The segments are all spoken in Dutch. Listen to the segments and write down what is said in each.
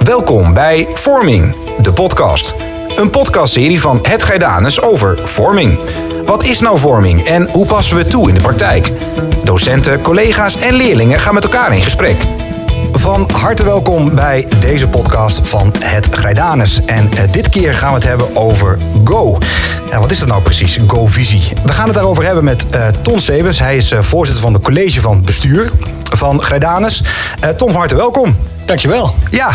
Welkom bij Vorming, de podcast. Een podcastserie van Het Grijdanus over vorming. Wat is nou vorming en hoe passen we het toe in de praktijk? Docenten, collega's en leerlingen gaan met elkaar in gesprek. Van harte welkom bij deze podcast van Het Grijdanus. En dit keer gaan we het hebben over Go. Wat is dat nou precies, Go-visie? We gaan het daarover hebben met Ton Sebens. Hij is voorzitter van het college van bestuur van Grijdanus. Ton, van harte welkom. Dankjewel. Ja,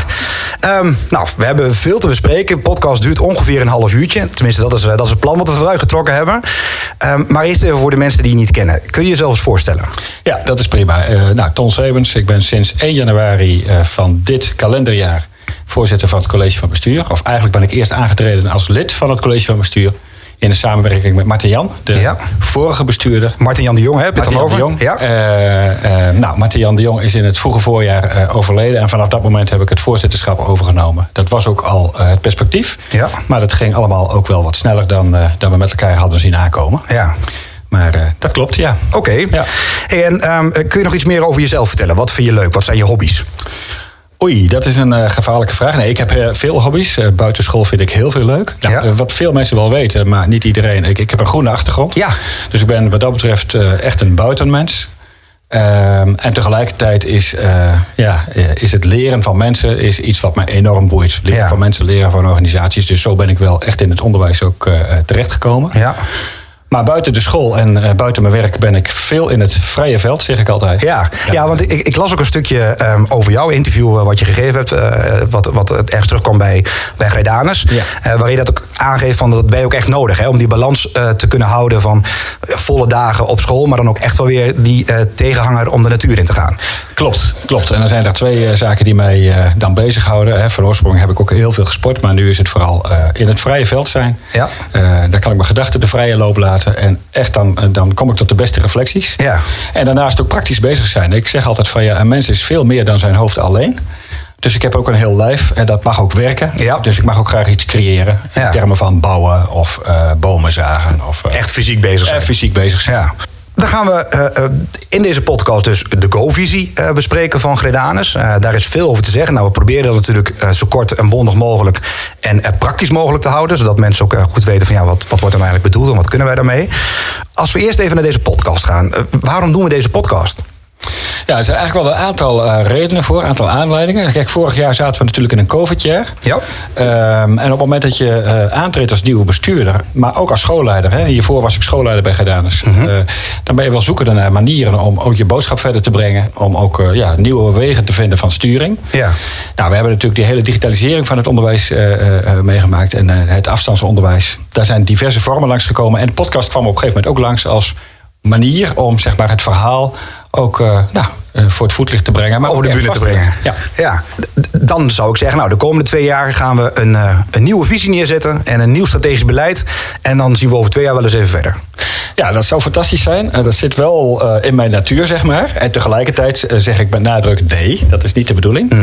we hebben veel te bespreken. De podcast duurt ongeveer een half uurtje. Tenminste, dat is het plan wat we vooruit getrokken hebben. Maar eerst even voor de mensen die je niet kennen. Kun je jezelf eens voorstellen? Ja, dat is prima. Ton Sebens, ik ben sinds 1 januari van dit kalenderjaar voorzitter van het college van bestuur. Of eigenlijk ben ik eerst aangetreden als lid van het college van bestuur. In de samenwerking met Marten-Jan, de vorige bestuurder. Marten-Jan de Jong, heb je het dan over? Marten-Jan de Jong. Marten-Jan de Jong is in het vroege voorjaar overleden. En vanaf dat moment heb ik het voorzitterschap overgenomen. Dat was ook al het perspectief. Ja. Maar dat ging allemaal ook wel wat sneller dan we met elkaar hadden zien aankomen. Ja. Maar dat klopt, ja. Oké. Ja. Hey, en kun je nog iets meer over jezelf vertellen? Wat vind je leuk? Wat zijn je hobby's? Oei, dat is een gevaarlijke vraag. Nee, ik heb veel hobby's. Buitenschool vind ik heel veel leuk. Wat veel mensen wel weten, maar niet iedereen. Ik heb een groene achtergrond. Ja. Dus ik ben wat dat betreft echt een buitenmens. En tegelijkertijd is het leren van mensen is iets wat mij enorm boeit. Leren van mensen, leren van organisaties. Dus zo ben ik wel echt in het onderwijs ook terechtgekomen. Ja. Maar buiten de school en buiten mijn werk ben ik veel in het vrije veld, zeg ik altijd. Ja, want ik las ook een stukje over jouw interview wat je gegeven hebt. Wat ergens terugkwam bij Grijdanus. Ja. Waarin je dat ook aangeeft van dat ben je ook echt nodig. Hè, om die balans te kunnen houden van volle dagen op school. Maar dan ook echt wel weer die tegenhanger om de natuur in te gaan. Klopt. En dan zijn er 2 zaken die mij dan bezighouden. Van oorsprong heb ik ook heel veel gesport. Maar nu is het vooral in het vrije veld zijn. Ja. Daar kan ik mijn gedachten de vrije loop laten. En echt dan kom ik tot de beste reflecties. Ja. En daarnaast ook praktisch bezig zijn. Ik zeg altijd van een mens is veel meer dan zijn hoofd alleen. Dus ik heb ook een heel lijf en dat mag ook werken. Ja. Dus ik mag ook graag iets creëren. In termen van bouwen of bomen zagen. Of, echt fysiek bezig zijn. Fysiek bezig zijn. Ja. Dan gaan we in deze podcast dus de Go-visie bespreken van Grijdanus. Daar is veel over te zeggen. Nou, we proberen dat natuurlijk zo kort en bondig mogelijk en praktisch mogelijk te houden. Zodat mensen ook goed weten van wat wordt er nou eigenlijk bedoeld en wat kunnen wij daarmee. Als we eerst even naar deze podcast gaan. Waarom doen we deze podcast? Ja, er zijn eigenlijk wel een aantal redenen voor, een aantal aanleidingen. Kijk, vorig jaar zaten we natuurlijk in een COVID-jaar. Ja. En op het moment dat je aantreedt als nieuwe bestuurder, maar ook als schoolleider. Hiervoor was ik schoolleider bij Grijdanus. Mm-hmm. Dan ben je wel zoekende naar manieren om ook je boodschap verder te brengen. Om ook nieuwe wegen te vinden van sturing. Ja. Nou, we hebben natuurlijk die hele digitalisering van het onderwijs meegemaakt. En het afstandsonderwijs. Daar zijn diverse vormen langsgekomen. En de podcast kwam op een gegeven moment ook langs als manier om zeg maar het verhaal ook voor het voetlicht te brengen. Maar over de bühne te brengen. Ja. Dan zou ik zeggen, de komende 2 jaar gaan we een nieuwe visie neerzetten en een nieuw strategisch beleid. En dan zien we over 2 jaar wel eens even verder. Ja, dat zou fantastisch zijn. Dat zit wel in mijn natuur, zeg maar. En tegelijkertijd zeg ik met nadruk nee, dat is niet de bedoeling.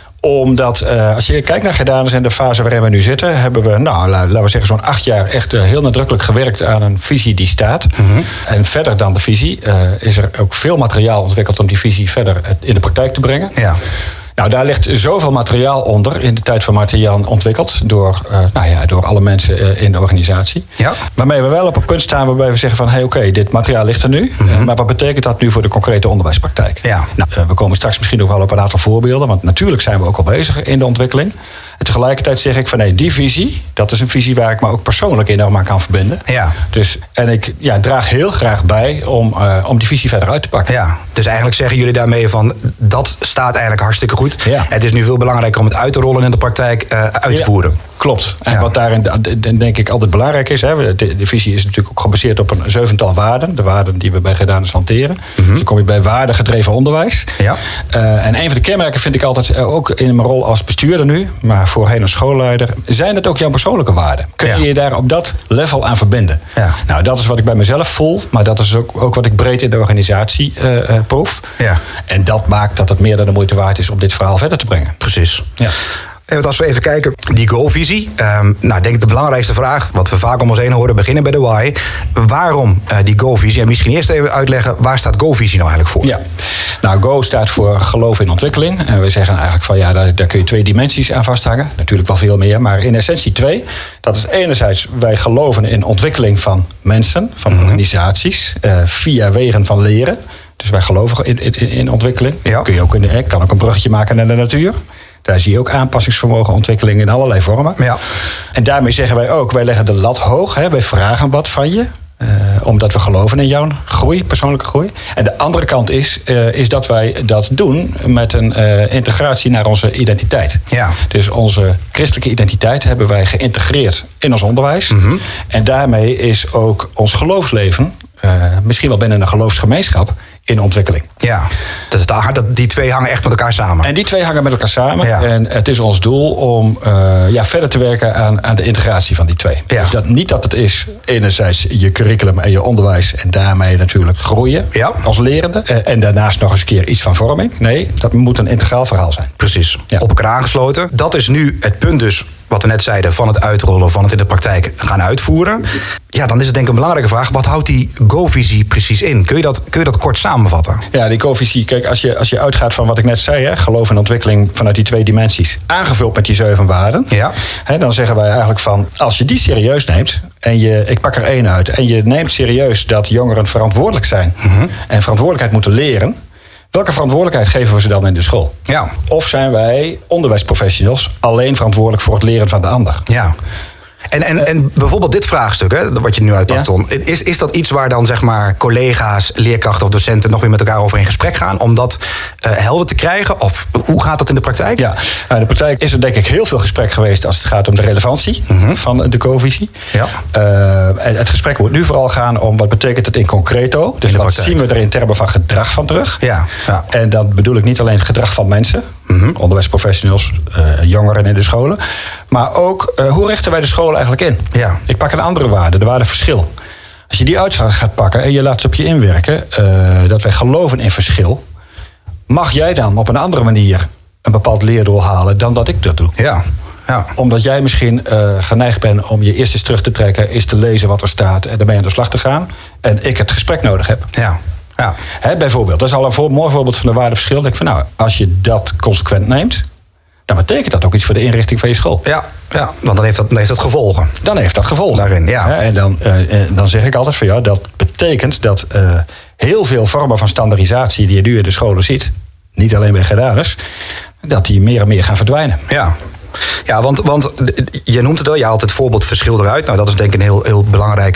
Omdat als je kijkt naar Grijdanus en de fase waarin we nu zitten, hebben we, laten we zeggen, zo'n 8 jaar echt heel nadrukkelijk gewerkt aan een visie die staat. Mm-hmm. En verder dan de visie is er ook veel materiaal ontwikkeld om die visie verder in de praktijk te brengen. Ja. Nou, daar ligt zoveel materiaal onder in de tijd van Marten-Jan ontwikkeld door alle mensen in de organisatie. Ja. Waarmee we wel op een punt staan waarbij we zeggen van oké, dit materiaal ligt er nu. Mm-hmm. Maar wat betekent dat nu voor de concrete onderwijspraktijk? Ja. We komen straks misschien nog wel op een aantal voorbeelden, want natuurlijk zijn we ook al bezig in de ontwikkeling. En tegelijkertijd zeg ik van die visie, dat is een visie waar ik me ook persoonlijk enorm aan kan verbinden. Ja. En ik draag heel graag bij om die visie verder uit te pakken. Ja. Dus eigenlijk zeggen jullie daarmee van dat staat eigenlijk hartstikke goed. Ja. Het is nu veel belangrijker om het uit te rollen in de praktijk uit te voeren. Klopt. En wat daarin denk ik altijd belangrijk is. De visie is natuurlijk ook gebaseerd op een 7-tal waarden. De waarden die we bij Grijdanus hanteren. Mm-hmm. Dus dan kom je bij waardegedreven onderwijs. Ja. En een van de kenmerken vind ik altijd, ook in mijn rol als bestuurder nu, maar voorheen als schoolleider, zijn het ook jouw persoonlijke waarden? Kun je je daar op dat level aan verbinden? Ja. Nou, dat is wat ik bij mezelf voel, maar dat is ook wat ik breed in de organisatie proef. Ja. En dat maakt dat het meer dan de moeite waard is om dit verhaal verder te brengen. Precies. Ja. En als we even kijken, die goalvisie. Denk ik de belangrijkste vraag, wat we vaak om ons heen horen, beginnen bij de why. Waarom die goalvisie? En misschien eerst even uitleggen, waar staat goalvisie nou eigenlijk voor? Ja, nou Go staat voor geloof in ontwikkeling. En we zeggen eigenlijk van daar kun je 2 dimensies aan vasthangen. Natuurlijk wel veel meer, maar in essentie 2. Dat is enerzijds, wij geloven in ontwikkeling van mensen, van organisaties, via wegen van leren. Dus wij geloven in ontwikkeling. Ja. Kan ook een bruggetje maken naar de natuur. Daar zie je ook aanpassingsvermogen, ontwikkeling in allerlei vormen. Ja. En daarmee zeggen wij ook, wij leggen de lat hoog. Wij vragen wat van je. Omdat we geloven in jouw groei, persoonlijke groei. En de andere kant is dat wij dat doen met een integratie naar onze identiteit. Ja. Dus onze christelijke identiteit hebben wij geïntegreerd in ons onderwijs. Mm-hmm. En daarmee is ook ons geloofsleven, misschien wel binnen een geloofsgemeenschap, in ontwikkeling. Ja, die 2 hangen echt met elkaar samen. En die 2 hangen met elkaar samen. Ja. En het is ons doel om verder te werken aan de integratie van die 2. Ja. Dus niet dat het is enerzijds je curriculum en je onderwijs en daarmee natuurlijk groeien als lerende. En daarnaast nog eens een keer iets van vorming. Nee, dat moet een integraal verhaal zijn. Precies, op elkaar aangesloten. Dat is nu het punt dus, wat we net zeiden, van het uitrollen, van het in de praktijk gaan uitvoeren. Ja, dan is het denk ik een belangrijke vraag. Wat houdt die go-visie precies in? Kun je dat kort samenvatten? Ja, die go-visie, kijk, als je uitgaat van wat ik net zei, geloof en ontwikkeling vanuit die 2 dimensies, aangevuld met die 7 waarden, dan zeggen wij eigenlijk van, als je die serieus neemt, en ik pak er 1 uit, en je neemt serieus dat jongeren verantwoordelijk zijn en verantwoordelijkheid moeten leren, welke verantwoordelijkheid geven we ze dan in de school? Ja. Of zijn wij onderwijsprofessionals alleen verantwoordelijk voor het leren van de ander? Ja. En bijvoorbeeld dit vraagstuk, wat je nu uitpakt, Ton. Is dat iets waar dan zeg maar collega's, leerkrachten of docenten nog weer met elkaar over in gesprek gaan om dat helder te krijgen? Of hoe gaat dat in de praktijk? Ja, in de praktijk is er denk ik heel veel gesprek geweest als het gaat om de relevantie van de go-visie. Ja. Het gesprek moet nu vooral gaan om wat betekent het in concreto. Dus wat zien we er in termen van gedrag van terug? Ja. Ja. En dat bedoel ik niet alleen gedrag van mensen, onderwijsprofessionals, jongeren in de scholen. Maar ook, hoe richten wij de school eigenlijk in? Ja. Ik pak een andere waarde, de waarde verschil. Als je die uit gaat pakken en je laat het op je inwerken, dat wij geloven in verschil, mag jij dan op een andere manier een bepaald leerdoel halen dan dat ik dat doe? Ja. Ja. Omdat jij misschien geneigd bent om je eerst eens terug te trekken, eens te lezen wat er staat en daarmee aan de slag te gaan. En ik het gesprek nodig heb. Ja. Ja. Bijvoorbeeld, dat is al een mooi voorbeeld van de waardeverschil. Ik van, als je dat consequent neemt, dan betekent dat ook iets voor de inrichting van je school. Ja, want dan heeft dat gevolgen. Dan heeft dat gevolgen. Daarin, ja. En dan zeg ik altijd van dat betekent dat heel veel vormen van standaardisatie die je nu in de scholen ziet, niet alleen bij Gedanus, dat die meer en meer gaan verdwijnen. Ja. Ja, want je noemt het al, je haalt het voorbeeld verschil eruit. Nou, dat is denk ik een heel belangrijk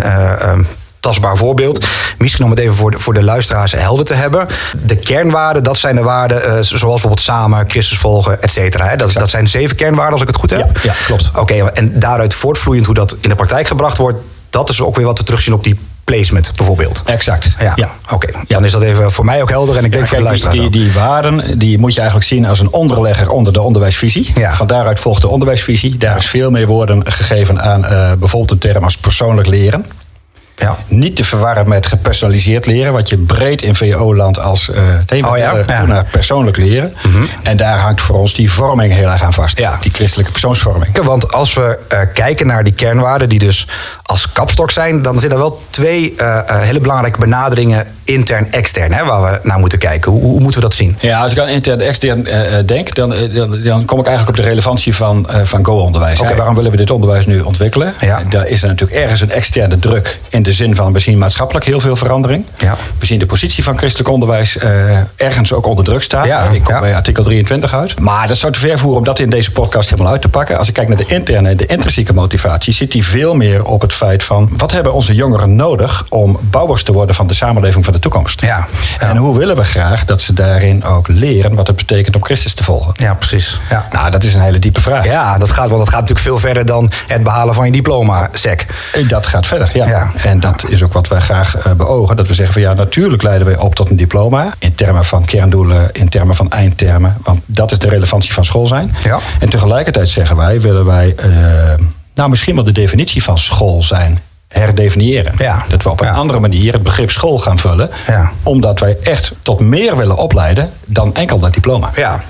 en tastbaar voorbeeld. Misschien om het even voor de luisteraars helder te hebben. De kernwaarden, dat zijn de waarden zoals bijvoorbeeld samen, Christus volgen, et cetera. Dat zijn 7 kernwaarden als ik het goed heb? Ja, klopt. Oké, en daaruit voortvloeiend hoe dat in de praktijk gebracht wordt, dat is ook weer wat we terugzien op die placement bijvoorbeeld. Exact. Ja. Oké. Dan is dat even voor mij ook helder en ik denk voor de luisteraars ook. Die waarden die moet je eigenlijk zien als een onderlegger onder de onderwijsvisie. Ja. Van daaruit volgt de onderwijsvisie. Daar is veel meer woorden gegeven aan bijvoorbeeld een term als persoonlijk leren. Ja. Niet te verwarren met gepersonaliseerd leren, wat je breed in VO-land als thema naar persoonlijk leren. Mm-hmm. En daar hangt voor ons die vorming heel erg aan vast. Ja. Die christelijke persoonsvorming. Want als we kijken naar die kernwaarden die dus als kapstok zijn, dan zitten er wel 2 hele belangrijke benaderingen intern, extern, waar we naar moeten kijken. Hoe moeten we dat zien? Ja, als ik aan intern, extern denk, dan kom ik eigenlijk op de relevantie van go-onderwijs. Okay. Waarom willen we dit onderwijs nu ontwikkelen? Ja. Daar is er natuurlijk ergens een externe druk in de zin van, we zien maatschappelijk heel veel verandering. Ja. We zien de positie van christelijk onderwijs ergens ook onder druk staan. Ja. Ik kom bij artikel 23 uit. Maar dat zou te ver voeren om dat in deze podcast helemaal uit te pakken. Als ik kijk naar de interne en de intrinsieke motivatie, zit die veel meer op het feit van, wat hebben onze jongeren nodig om bouwers te worden van de samenleving van de toekomst? Ja. Ja. En hoe willen we graag dat ze daarin ook leren wat het betekent om Christus te volgen? Ja, precies. Ja. Nou, dat is een hele diepe vraag. Ja, dat gaat natuurlijk veel verder dan het behalen van je diploma, SEC. Dat gaat verder, ja. En dat is ook wat wij graag beogen. Dat we zeggen van natuurlijk leiden wij op tot een diploma. In termen van kerndoelen, in termen van eindtermen. Want dat is de relevantie van school zijn. Ja. En tegelijkertijd zeggen wij, willen wij misschien wel de definitie van school zijn herdefiniëren. Ja. Dat we op een andere manier het begrip school gaan vullen. Ja. Omdat wij echt tot meer willen opleiden dan enkel dat diploma. Ja.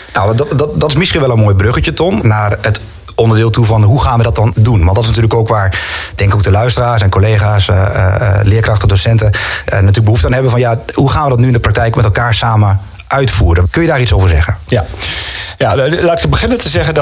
Nou, dat is misschien wel een mooi bruggetje, Ton, naar het onderdeel toe van hoe gaan we dat dan doen? Want dat is natuurlijk ook waar, denk ik, ook de luisteraars en collega's, leerkrachten, docenten natuurlijk behoefte aan hebben van hoe gaan we dat nu in de praktijk met elkaar samen uitvoeren? Kun je daar iets over zeggen? Ja, laat ik beginnen te zeggen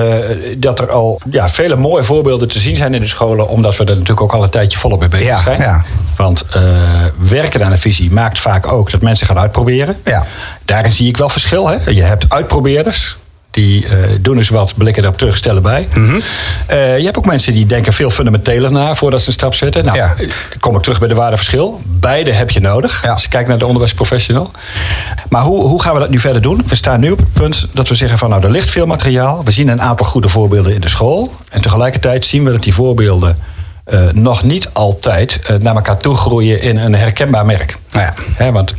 dat er al vele mooie voorbeelden te zien zijn in de scholen, omdat we er natuurlijk ook al een tijdje volop mee bezig zijn. Ja. Want werken aan een visie maakt vaak ook dat mensen gaan uitproberen. Ja. Daarin zie ik wel verschil. Hè? Je hebt uitprobeerders. Die doen eens wat, blikken erop terug, stellen bij. Mm-hmm. Je hebt ook mensen die denken veel fundamenteler na voordat ze een stap zetten. Nou, kom ik terug bij de waardeverschil. Beide heb je nodig, als je kijkt naar de onderwijsprofessional. Maar hoe gaan we dat nu verder doen? We staan nu op het punt dat we zeggen van er ligt veel materiaal. We zien een aantal goede voorbeelden in de school. En tegelijkertijd zien we dat die voorbeelden nog niet altijd naar elkaar toe groeien in een herkenbaar merk. Want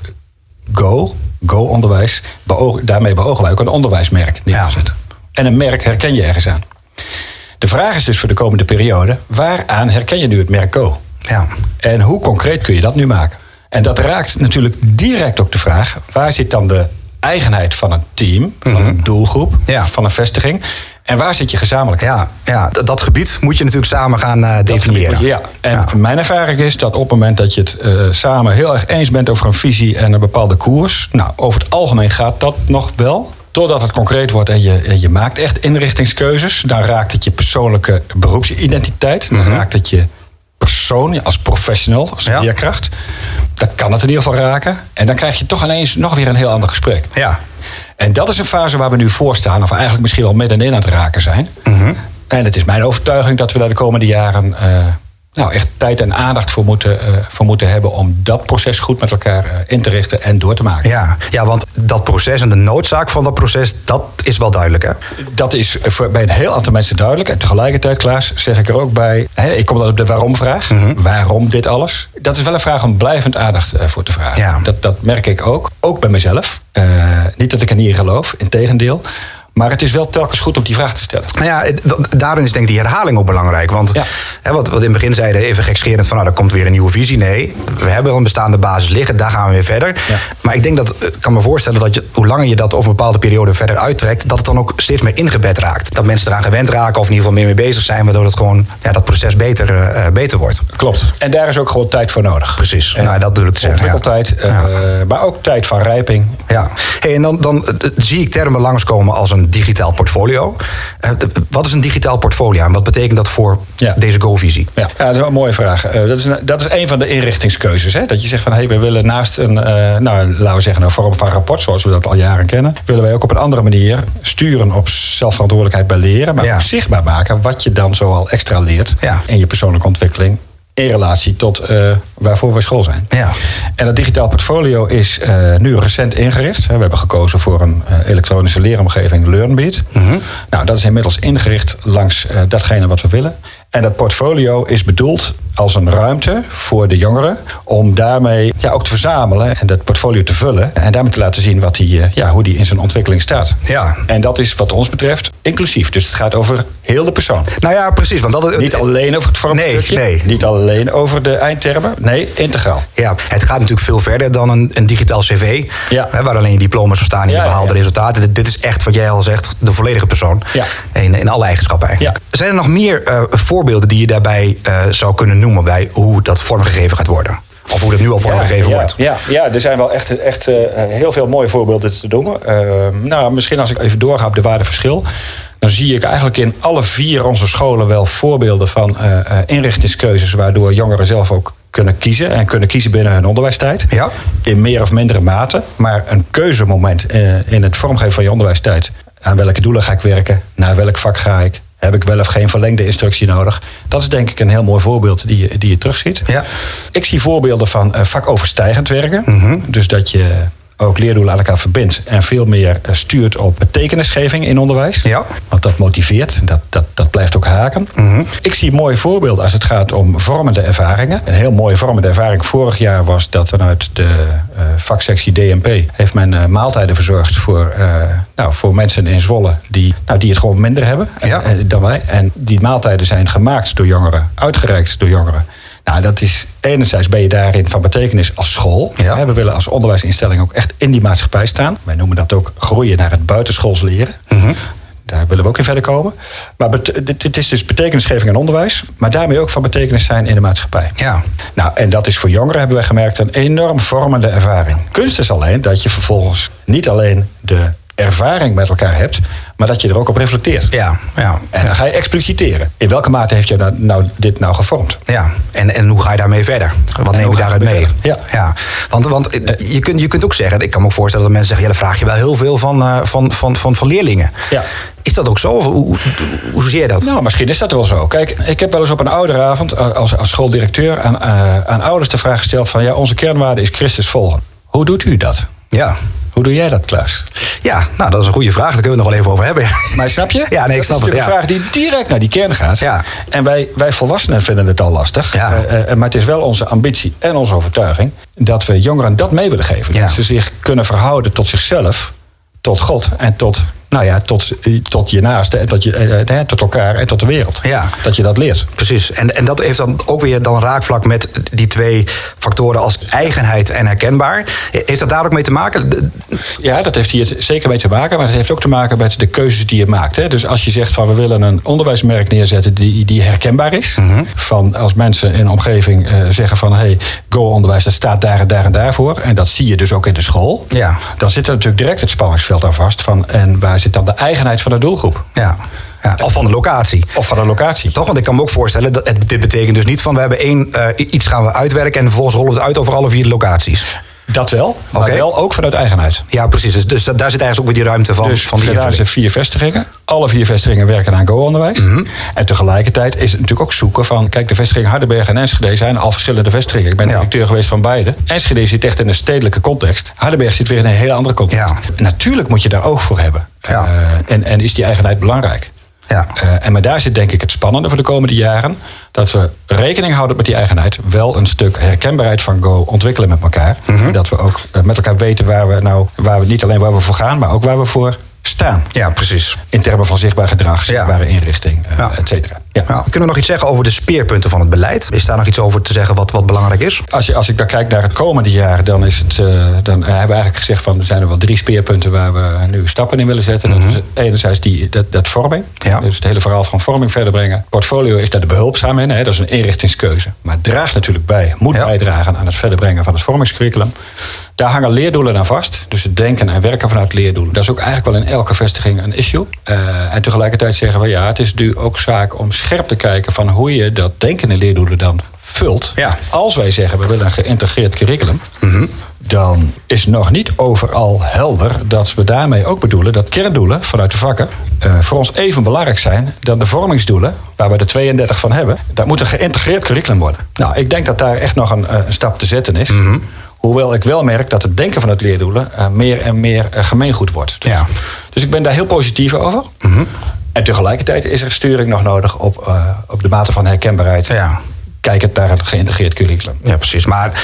Go-onderwijs, daarmee beogen wij ook een onderwijsmerk neer te zetten. En een merk herken je ergens aan. De vraag is dus voor de komende periode, waaraan herken je nu het merk Go? Ja. En hoe concreet kun je dat nu maken? En dat raakt natuurlijk direct ook de vraag, waar zit dan de eigenheid van een team, van een doelgroep, van een vestiging? En waar zit je gezamenlijk? Ja, dat gebied moet je natuurlijk samen gaan definiëren. Mijn ervaring is dat op het moment dat je het samen heel erg eens bent over een visie en een bepaalde koers, over het algemeen gaat dat nog wel. Totdat het concreet wordt en je maakt echt inrichtingskeuzes. Dan raakt het je persoonlijke beroepsidentiteit. Dan raakt het je persoon als professional, als leerkracht. Dan kan het in ieder geval raken. En dan krijg je toch ineens nog weer een heel ander gesprek. Ja. En dat is een fase waar we nu voor staan, of eigenlijk misschien wel middenin aan het raken zijn. Mm-hmm. En het is mijn overtuiging dat we daar de komende jaren echt tijd en aandacht voor moeten hebben om dat proces goed met elkaar in te richten en door te maken. Ja, want dat proces en de noodzaak van dat proces, dat is wel duidelijk, hè? Dat is bij een heel aantal mensen duidelijk. En tegelijkertijd, Klaas, zeg ik er ook bij, ik kom dan op de waarom-vraag. Mm-hmm. Waarom dit alles? Dat is wel een vraag om blijvend aandacht voor te vragen. Ja. Dat merk ik ook bij mezelf. Niet dat ik er niet in geloof, integendeel. Maar het is wel telkens goed om die vraag te stellen. Daarin is denk ik die herhaling ook belangrijk. Want wat we in het begin zeiden, even gekscherend van er komt weer een nieuwe visie. Nee, we hebben al een bestaande basis liggen, daar gaan we weer verder. Ja. Maar ik denk ik kan me voorstellen dat hoe langer je dat over een bepaalde periode verder uittrekt, dat het dan ook steeds meer ingebed raakt. Dat mensen eraan gewend raken of in ieder geval meer mee bezig zijn, waardoor het gewoon dat proces beter wordt. Klopt. En daar is ook gewoon tijd voor nodig. Precies. Dat bedoel ik te zeggen. Ontwikkeltijd, maar ook tijd van rijping. Ja. En dan zie ik termen langskomen als een digitaal portfolio. Wat is een digitaal portfolio en wat betekent dat voor deze Go-visie? Ja, dat is een mooie vraag. Dat is een van de inrichtingskeuzes. Hè? Dat je zegt van we willen naast een vorm van rapport, zoals we dat al jaren kennen, willen wij ook op een andere manier sturen op zelfverantwoordelijkheid bij leren, maar ook zichtbaar maken wat je dan zoal extra leert in je persoonlijke ontwikkeling. In relatie tot waarvoor we school zijn. Ja. En dat digitaal portfolio is nu recent ingericht. We hebben gekozen voor een elektronische leeromgeving LearnBeat. Mm-hmm. Dat is inmiddels ingericht langs datgene wat we willen. En dat portfolio is bedoeld als een ruimte voor de jongeren om daarmee ook te verzamelen en dat portfolio te vullen en daarmee te laten zien hoe die in zijn ontwikkeling staat. Ja. En dat is wat ons betreft inclusief. Dus het gaat over heel de persoon. Nou ja, precies. Want niet alleen over het vormstukje, niet alleen over de eindtermen, nee, integraal. Ja, het gaat natuurlijk veel verder dan een digitaal cv, waar alleen je diploma's op staan en je behaalde resultaten. Dit is echt, wat jij al zegt, de volledige persoon. Ja. In alle eigenschappen eigenlijk. Ja. Zijn er nog meer voorbeelden die je daarbij zou kunnen noemen bij hoe dat vormgegeven gaat worden? Of hoe dat nu al vormgegeven wordt? Ja, er zijn wel echt heel veel mooie voorbeelden te doen. Misschien als ik even doorga op de waardeverschil, dan zie ik eigenlijk in alle 4 onze scholen wel voorbeelden van inrichtingskeuzes waardoor jongeren zelf ook kunnen kiezen en kunnen kiezen binnen hun onderwijstijd. Ja. In meer of mindere mate. Maar een keuzemoment in het vormgeven van je onderwijstijd. Aan welke doelen ga ik werken? Naar welk vak ga ik? Heb ik wel of geen verlengde instructie nodig? Dat is denk ik een heel mooi voorbeeld die je terugziet. Ja. Ik zie voorbeelden van vakoverstijgend werken. Mm-hmm. Dus dat je ook leerdoelen aan elkaar verbindt en veel meer stuurt op betekenisgeving in onderwijs. Ja. Want dat motiveert, dat blijft ook haken. Mm-hmm. Ik zie mooie voorbeelden als het gaat om vormende ervaringen. Een heel mooie vormende ervaring vorig jaar was dat vanuit de vaksectie DNP heeft men maaltijden verzorgd voor mensen in Zwolle die het gewoon minder hebben dan wij. En die maaltijden zijn gemaakt door jongeren, uitgereikt door jongeren. Nou, dat is enerzijds ben je daarin van betekenis als school. Ja. We willen als onderwijsinstelling ook echt in die maatschappij staan. Wij noemen dat ook groeien naar het buitenschools leren. Mm-hmm. Daar willen we ook in verder komen. Maar het is dus betekenisgeving en onderwijs. Maar daarmee ook van betekenis zijn in de maatschappij. Ja. Nou, en dat is voor jongeren, hebben wij gemerkt, een enorm vormende ervaring. Kunst is alleen dat je vervolgens niet alleen de ervaring met elkaar hebt, maar dat je er ook op reflecteert. Ja. En dan ga je expliciteren. In welke mate heeft je dit nou gevormd? Ja, en hoe ga je daarmee verder? Wat neem je daaruit mee? Ja. Want je kunt ook zeggen, ik kan me ook voorstellen dat mensen zeggen, dan vraag je wel heel veel van leerlingen. Ja. Is dat ook zo? Of hoe zie je dat? Nou, misschien is dat wel zo. Kijk, ik heb wel eens op een ouderavond als schooldirecteur aan ouders de vraag gesteld van, ja, onze kernwaarde is Christus volgen. Hoe doet u dat? Ja. Hoe doe jij dat, Klaas? Ja, nou, dat is een goede vraag. Daar kunnen we het nog wel even over hebben. Maar snap je? Ja, nee, ik snap het. Dat is een vraag die direct naar die kern gaat. Ja. En wij volwassenen vinden het al lastig. Ja. Maar het is wel onze ambitie en onze overtuiging dat we jongeren dat mee willen geven. Ja. Dat ze zich kunnen verhouden tot zichzelf, tot God en tot je naaste en tot elkaar en tot de wereld. Ja. Dat je dat leert. Precies. En dat heeft dan ook weer dan raakvlak met die twee factoren als eigenheid en herkenbaar. Heeft dat daar ook mee te maken? Ja, dat heeft hier zeker mee te maken. Maar het heeft ook te maken met de keuzes die je maakt. Hè. Dus als je zegt van we willen een onderwijsmerk neerzetten die herkenbaar is. Mm-hmm. Van als mensen in de omgeving zeggen van hey, Go-onderwijs, dat staat daar en daar en daarvoor. En dat zie je dus ook in de school. Ja. Dan zit er natuurlijk direct het spanningsveld aan vast. En waar zit dan de eigenheid van de doelgroep? Ja. Of van de locatie. Toch? Want ik kan me ook voorstellen, dit betekent dus niet van we hebben iets gaan we uitwerken en vervolgens rollen we het uit over alle 4 locaties. Dat wel, maar wel ook vanuit eigenheid. Ja, precies. Dus daar zit eigenlijk ook weer die ruimte van. Dus van die daar zijn 4 vestigingen. Alle 4 vestigingen werken aan Go-onderwijs. Mm-hmm. En tegelijkertijd is het natuurlijk ook zoeken van, kijk, de vestigingen Hardenberg en Enschede zijn al verschillende vestigingen. Ik ben directeur geweest van beide. Enschede zit echt in een stedelijke context. Hardenberg zit weer in een hele andere context. Ja. Natuurlijk moet je daar oog voor hebben. Ja. En is die eigenheid belangrijk. Ja. Maar daar zit denk ik het spannende voor de komende jaren. Dat we rekening houden met die eigenheid. Wel een stuk herkenbaarheid van Go ontwikkelen met elkaar. Mm-hmm. En dat we ook met elkaar weten waar we niet alleen waar we voor gaan, maar ook waar we voor staan. Ja, precies. In termen van zichtbaar gedrag, zichtbare inrichting, et cetera. Ja. Nou, kunnen we nog iets zeggen over de speerpunten van het beleid? Is daar nog iets over te zeggen wat belangrijk is? Als ik dan kijk naar het komende jaar, dan hebben we eigenlijk gezegd van er zijn er wel 3 speerpunten waar we nu stappen in willen zetten. Mm-hmm. Dat is enerzijds dat vorming. Ja. Dus het hele verhaal van vorming verder brengen. Portfolio is daar de behulpzaam in. Dat is een inrichtingskeuze. Maar het draagt natuurlijk moet bijdragen aan het verder brengen van het vormingscurriculum. Daar hangen leerdoelen aan vast. Dus het denken en werken vanuit leerdoelen. Dat is ook eigenlijk wel in elke vestiging een issue. En tegelijkertijd zeggen we het is nu ook zaak om scherp te kijken van hoe je dat denken en leerdoelen dan vult. Ja. Als wij zeggen we willen een geïntegreerd curriculum, mm-hmm. dan is nog niet overal helder dat we daarmee ook bedoelen dat kerndoelen vanuit de vakken voor ons even belangrijk zijn dan de vormingsdoelen, waar we er 32 van hebben. Dat moet een geïntegreerd curriculum worden. Nou, ik denk dat daar echt nog een stap te zetten is. Mm-hmm. Hoewel ik wel merk dat het denken van het leerdoelen meer en meer gemeengoed wordt. Dus ik ben daar heel positief over. Mm-hmm. En tegelijkertijd is er sturing nog nodig op de mate van herkenbaarheid. Ja. Kijkend naar een geïntegreerd curriculum. Ja, precies. Maar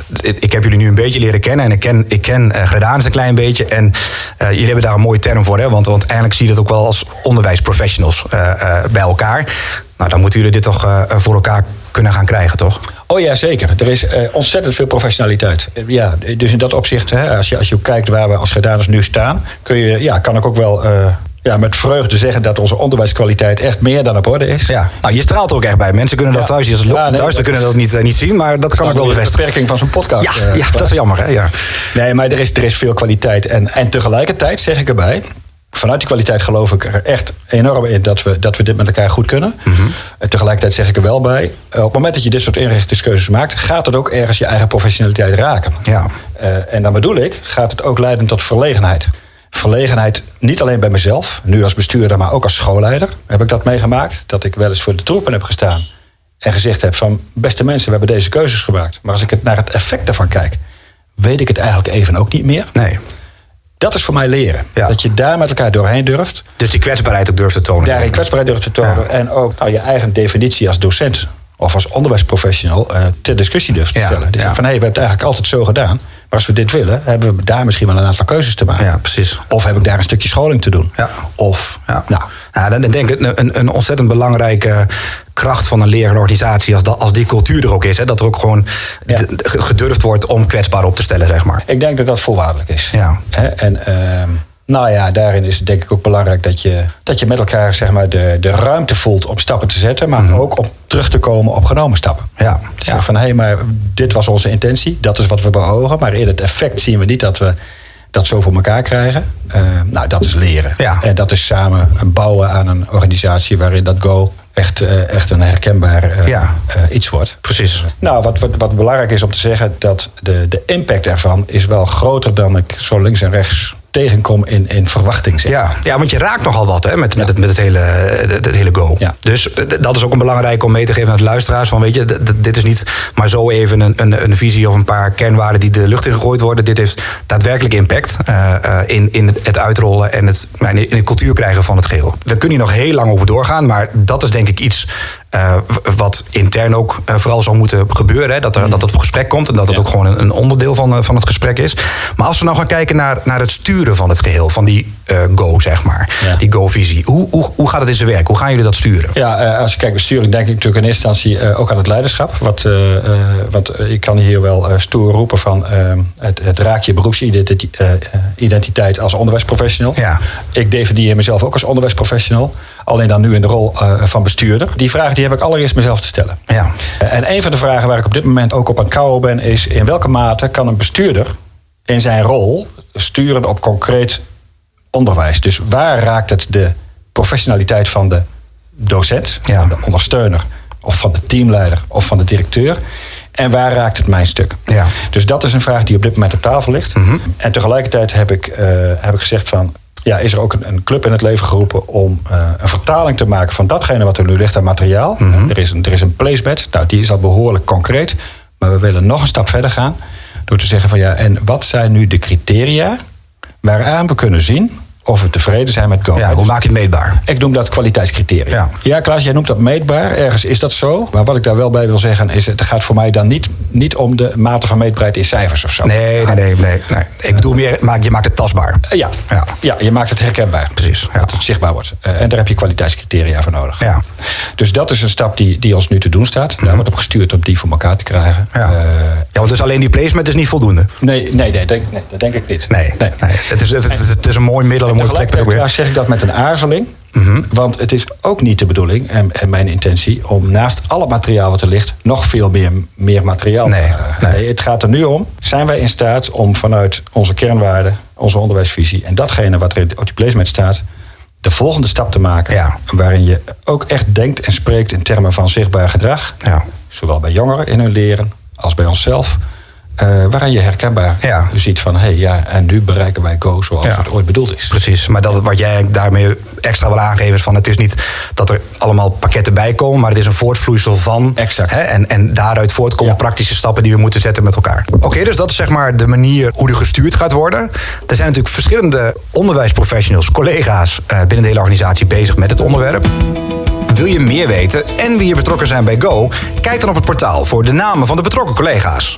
ik heb jullie nu een beetje leren kennen. En ik ken Gredanus een klein beetje. En jullie hebben daar een mooie term voor. Hè? Want eigenlijk zie je dat ook wel als onderwijsprofessionals bij elkaar. Nou, dan moeten jullie dit toch voor elkaar kunnen gaan krijgen, toch? Oh ja, zeker. Er is ontzettend veel professionaliteit. Ja, dus in dat opzicht, als je kijkt waar we als Gredanus nu staan, kan ik ook wel met vreugde zeggen dat onze onderwijskwaliteit echt meer dan op orde is. Ja, nou, je straalt er ook echt bij. Mensen kunnen dat thuis, kunnen dat niet zien, maar dat kan ik wel bevestigen. De beperking van zo'n podcast. Ja, dat is jammer, hè? Ja. Nee, maar er is veel kwaliteit. En tegelijkertijd zeg ik erbij, vanuit die kwaliteit geloof ik er echt enorm in dat we dit met elkaar goed kunnen. Mm-hmm. En tegelijkertijd zeg ik er wel bij, op het moment dat je dit soort inrichtingskeuzes maakt, gaat het ook ergens je eigen professionaliteit raken. Ja. En dan bedoel ik, gaat het ook leiden tot verlegenheid. Verlegenheid niet alleen bij mezelf, nu als bestuurder, maar ook als schoolleider heb ik dat meegemaakt. Dat ik wel eens voor de troepen heb gestaan en gezegd heb van beste mensen, we hebben deze keuzes gemaakt. Maar als ik naar het effect daarvan kijk, weet ik het eigenlijk even ook niet meer. Nee. Dat is voor mij leren. Ja. Dat je daar met elkaar doorheen durft. Dus die kwetsbaarheid ook durft te tonen. Daarin kwetsbaarheid durft te tonen. Ja. En ook je eigen definitie als docent of als onderwijsprofessional ter discussie durft te stellen. Dus van we hebben het eigenlijk altijd zo gedaan. als we dit willen, hebben we daar misschien wel een aantal keuzes te maken. Ja, precies. Of heb ik daar een stukje scholing te doen? Ja. Of, dan denk ik een ontzettend belangrijke kracht van een lerende organisatie als die cultuur er ook is. Hè, dat er ook gewoon gedurfd wordt om kwetsbaar op te stellen, zeg maar. Ik denk dat dat voorwaardelijk is. Ja. En daarin is het denk ik ook belangrijk dat je met elkaar zeg maar, de ruimte voelt om stappen te zetten, maar ook om terug te komen op genomen stappen. Ja. Dus zeg van, maar dit was onze intentie, dat is wat we beogen, maar in het effect zien we niet dat we dat zo voor elkaar krijgen. Dat is leren. Ja. En dat is samen bouwen aan een organisatie waarin dat Go echt een herkenbaar iets wordt. Precies. Wat belangrijk is om te zeggen, dat de impact ervan is wel groter dan ik zo links en rechts tegenkom in verwachting. Ja, want je raakt nogal wat hè, met het hele Go. Ja. Dus dat is ook een belangrijk om mee te geven aan de luisteraars. Van, weet je, dit is niet maar zo even een visie of een paar kernwaarden die de lucht in gegooid worden. Dit heeft daadwerkelijk impact in het uitrollen en in de cultuur krijgen van het geheel. We kunnen hier nog heel lang over doorgaan, maar dat is denk ik iets wat intern ook vooral zou moeten gebeuren. Hè? Dat het op gesprek komt en dat het ook gewoon een onderdeel van het gesprek is. Maar als we nou gaan kijken naar het sturen van het geheel, van die Go, zeg maar. Ja. Die Go-visie. Hoe gaat het in zijn werk? Hoe gaan jullie dat sturen? Ja, als je kijkt naar sturing, denk ik natuurlijk in eerste instantie ook aan het leiderschap. Want ik kan hier wel stoer roepen van het raakt je beroepsidentiteit als onderwijsprofessional. Ja. Ik definieer mezelf ook als onderwijsprofessional. Alleen dan nu in de rol van bestuurder. Die vraag die heb ik allereerst mezelf te stellen. Ja. En een van de vragen waar ik op dit moment ook op aan het kouwen ben, is in welke mate kan een bestuurder in zijn rol sturen op concreet onderwijs? Dus waar raakt het de professionaliteit van de docent, van de ondersteuner, of van de teamleider, of van de directeur? En waar raakt het mijn stuk? Ja. Dus dat is een vraag die op dit moment op tafel ligt. Mm-hmm. En tegelijkertijd heb ik gezegd van, is er ook een club in het leven geroepen om een vertaling te maken van datgene wat er nu ligt aan materiaal. Mm-hmm. Er is een placement, die is al behoorlijk concreet. Maar we willen nog een stap verder gaan door te zeggen van en wat zijn nu de criteria waaraan we kunnen zien of we tevreden zijn met Go. Ja, hoe maak je het meetbaar? Ik noem dat kwaliteitscriteria. Ja, Klaas, jij noemt dat meetbaar. Ergens is dat zo. Maar wat ik daar wel bij wil zeggen is, het gaat voor mij dan niet om de mate van meetbaarheid in cijfers of zo. Nee. Ik bedoel meer, je maakt het tastbaar. Ja, je maakt het herkenbaar. Precies. Ja. Dat het zichtbaar wordt. En daar heb je kwaliteitscriteria voor nodig. Ja. Dus dat is een stap die ons nu te doen staat. Daar wordt op gestuurd om die voor elkaar te krijgen. Ja, want dus alleen die placement is niet voldoende? Nee, dat denk ik niet. Nee. Het is een mooi middel. Daar zeg ik dat met een aarzeling. Mm-hmm. Want het is ook niet de bedoeling en mijn intentie om naast al het materiaal wat er ligt nog veel meer materiaal te Nee, het gaat er nu om, zijn wij in staat om vanuit onze kernwaarden, onze onderwijsvisie en datgene wat er op die placement staat, de volgende stap te maken. Waarin je ook echt denkt en spreekt in termen van zichtbaar gedrag. Ja. Zowel bij jongeren in hun leren als bij onszelf. Waarin je herkenbaar ziet van en nu bereiken wij Go zoals het ooit bedoeld is. Precies, maar wat jij daarmee extra wil aangeven is van, het is niet dat er allemaal pakketten bij komen, maar het is een voortvloeisel van. Exact. En daaruit voortkomen praktische stappen die we moeten zetten met elkaar. Oké, dus dat is zeg maar de manier hoe er gestuurd gaat worden. Er zijn natuurlijk verschillende onderwijsprofessionals, collega's binnen de hele organisatie bezig met het onderwerp. Wil je meer weten en wie er betrokken zijn bij Go? Kijk dan op het portaal voor de namen van de betrokken collega's.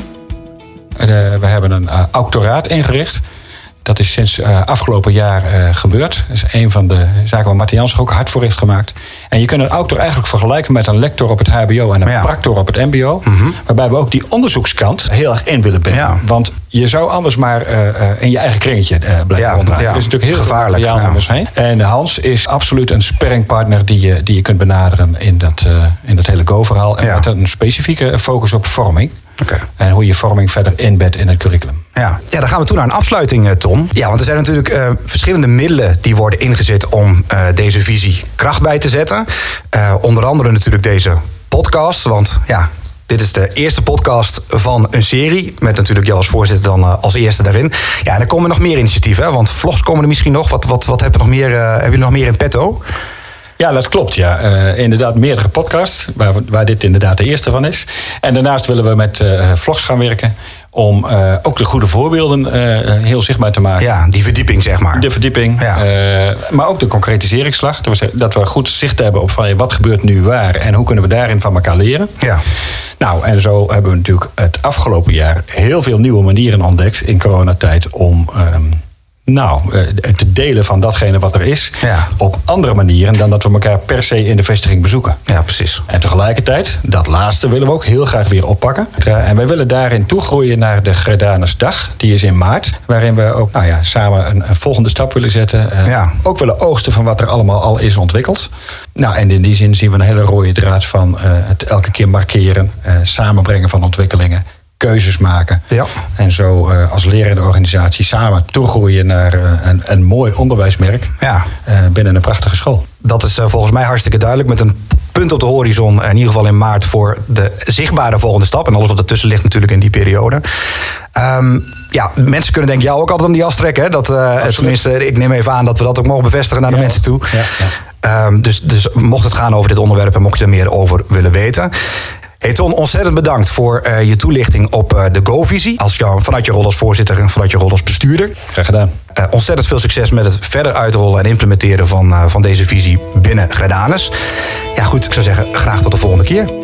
We hebben een auctoraat ingericht. Dat is sinds afgelopen jaar gebeurd. Dat is een van de zaken waar Martin Jansen ook hard voor heeft gemaakt. En je kunt een auctor eigenlijk vergelijken met een lector op het hbo en een practor op het mbo. Mm-hmm. Waarbij we ook die onderzoekskant heel erg in willen brengen. Ja. Want je zou anders maar in je eigen kringetje blijven ronddraaien. Er is natuurlijk heel gevaarlijk veel om ons heen. En Hans is absoluut een sparringpartner die je kunt benaderen in dat hele Go-verhaal. En met een specifieke focus op vorming. Okay. En hoe je vorming verder inbedt in het curriculum. Ja, dan gaan we toe naar een afsluiting, Tom. Ja, want er zijn natuurlijk verschillende middelen die worden ingezet om deze visie kracht bij te zetten. Onder andere natuurlijk deze podcast. Want dit is de eerste podcast van een serie. Met natuurlijk jou als voorzitter dan als eerste daarin. Ja, en er komen nog meer initiatieven. Hè? Want vlogs komen er misschien nog. Wat heb je nog meer in petto? Ja, dat klopt. Ja. Inderdaad meerdere podcasts, waar dit inderdaad de eerste van is. En daarnaast willen we met vlogs gaan werken Om ook de goede voorbeelden heel zichtbaar te maken. Ja, die verdieping zeg maar. De verdieping. Ja. Maar ook de concretiseringsslag. Dat we goed zicht hebben op van wat gebeurt nu waar. En hoe kunnen we daarin van elkaar leren. Ja. Nou, en zo hebben we natuurlijk het afgelopen jaar heel veel nieuwe manieren ontdekt in coronatijd om te delen van datgene wat er is. Ja. Op andere manieren dan dat we elkaar per se in de vestiging bezoeken. Ja, precies. En tegelijkertijd, dat laatste willen we ook heel graag weer oppakken. En wij willen daarin toegroeien naar de Gredanusdag. Die is in maart. Waarin we ook samen een volgende stap willen zetten. Ook willen oogsten van wat er allemaal al is ontwikkeld. Nou, en in die zin zien we een hele rode draad van het elke keer markeren. Samenbrengen van ontwikkelingen. Keuzes maken. Ja. En zo als lerende organisatie samen toegroeien naar een mooi onderwijsmerk binnen een prachtige school. Dat is volgens mij hartstikke duidelijk. Met een punt op de horizon, in ieder geval in maart, voor de zichtbare volgende stap. En alles wat ertussen ligt natuurlijk in die periode. Mensen kunnen denk ik jou ook altijd aan die jas trekken. Hè? Dat, tenminste, ik neem even aan dat we dat ook mogen bevestigen naar de mensen toe. Ja. Dus mocht het gaan over dit onderwerp en mocht je er meer over willen weten. Hey Ton, ontzettend bedankt voor je toelichting op de Go-visie. Vanuit je rol als voorzitter en vanuit je rol als bestuurder. Graag gedaan. Ontzettend veel succes met het verder uitrollen en implementeren van deze visie binnen Gredanus. Ja goed, ik zou zeggen, graag tot de volgende keer.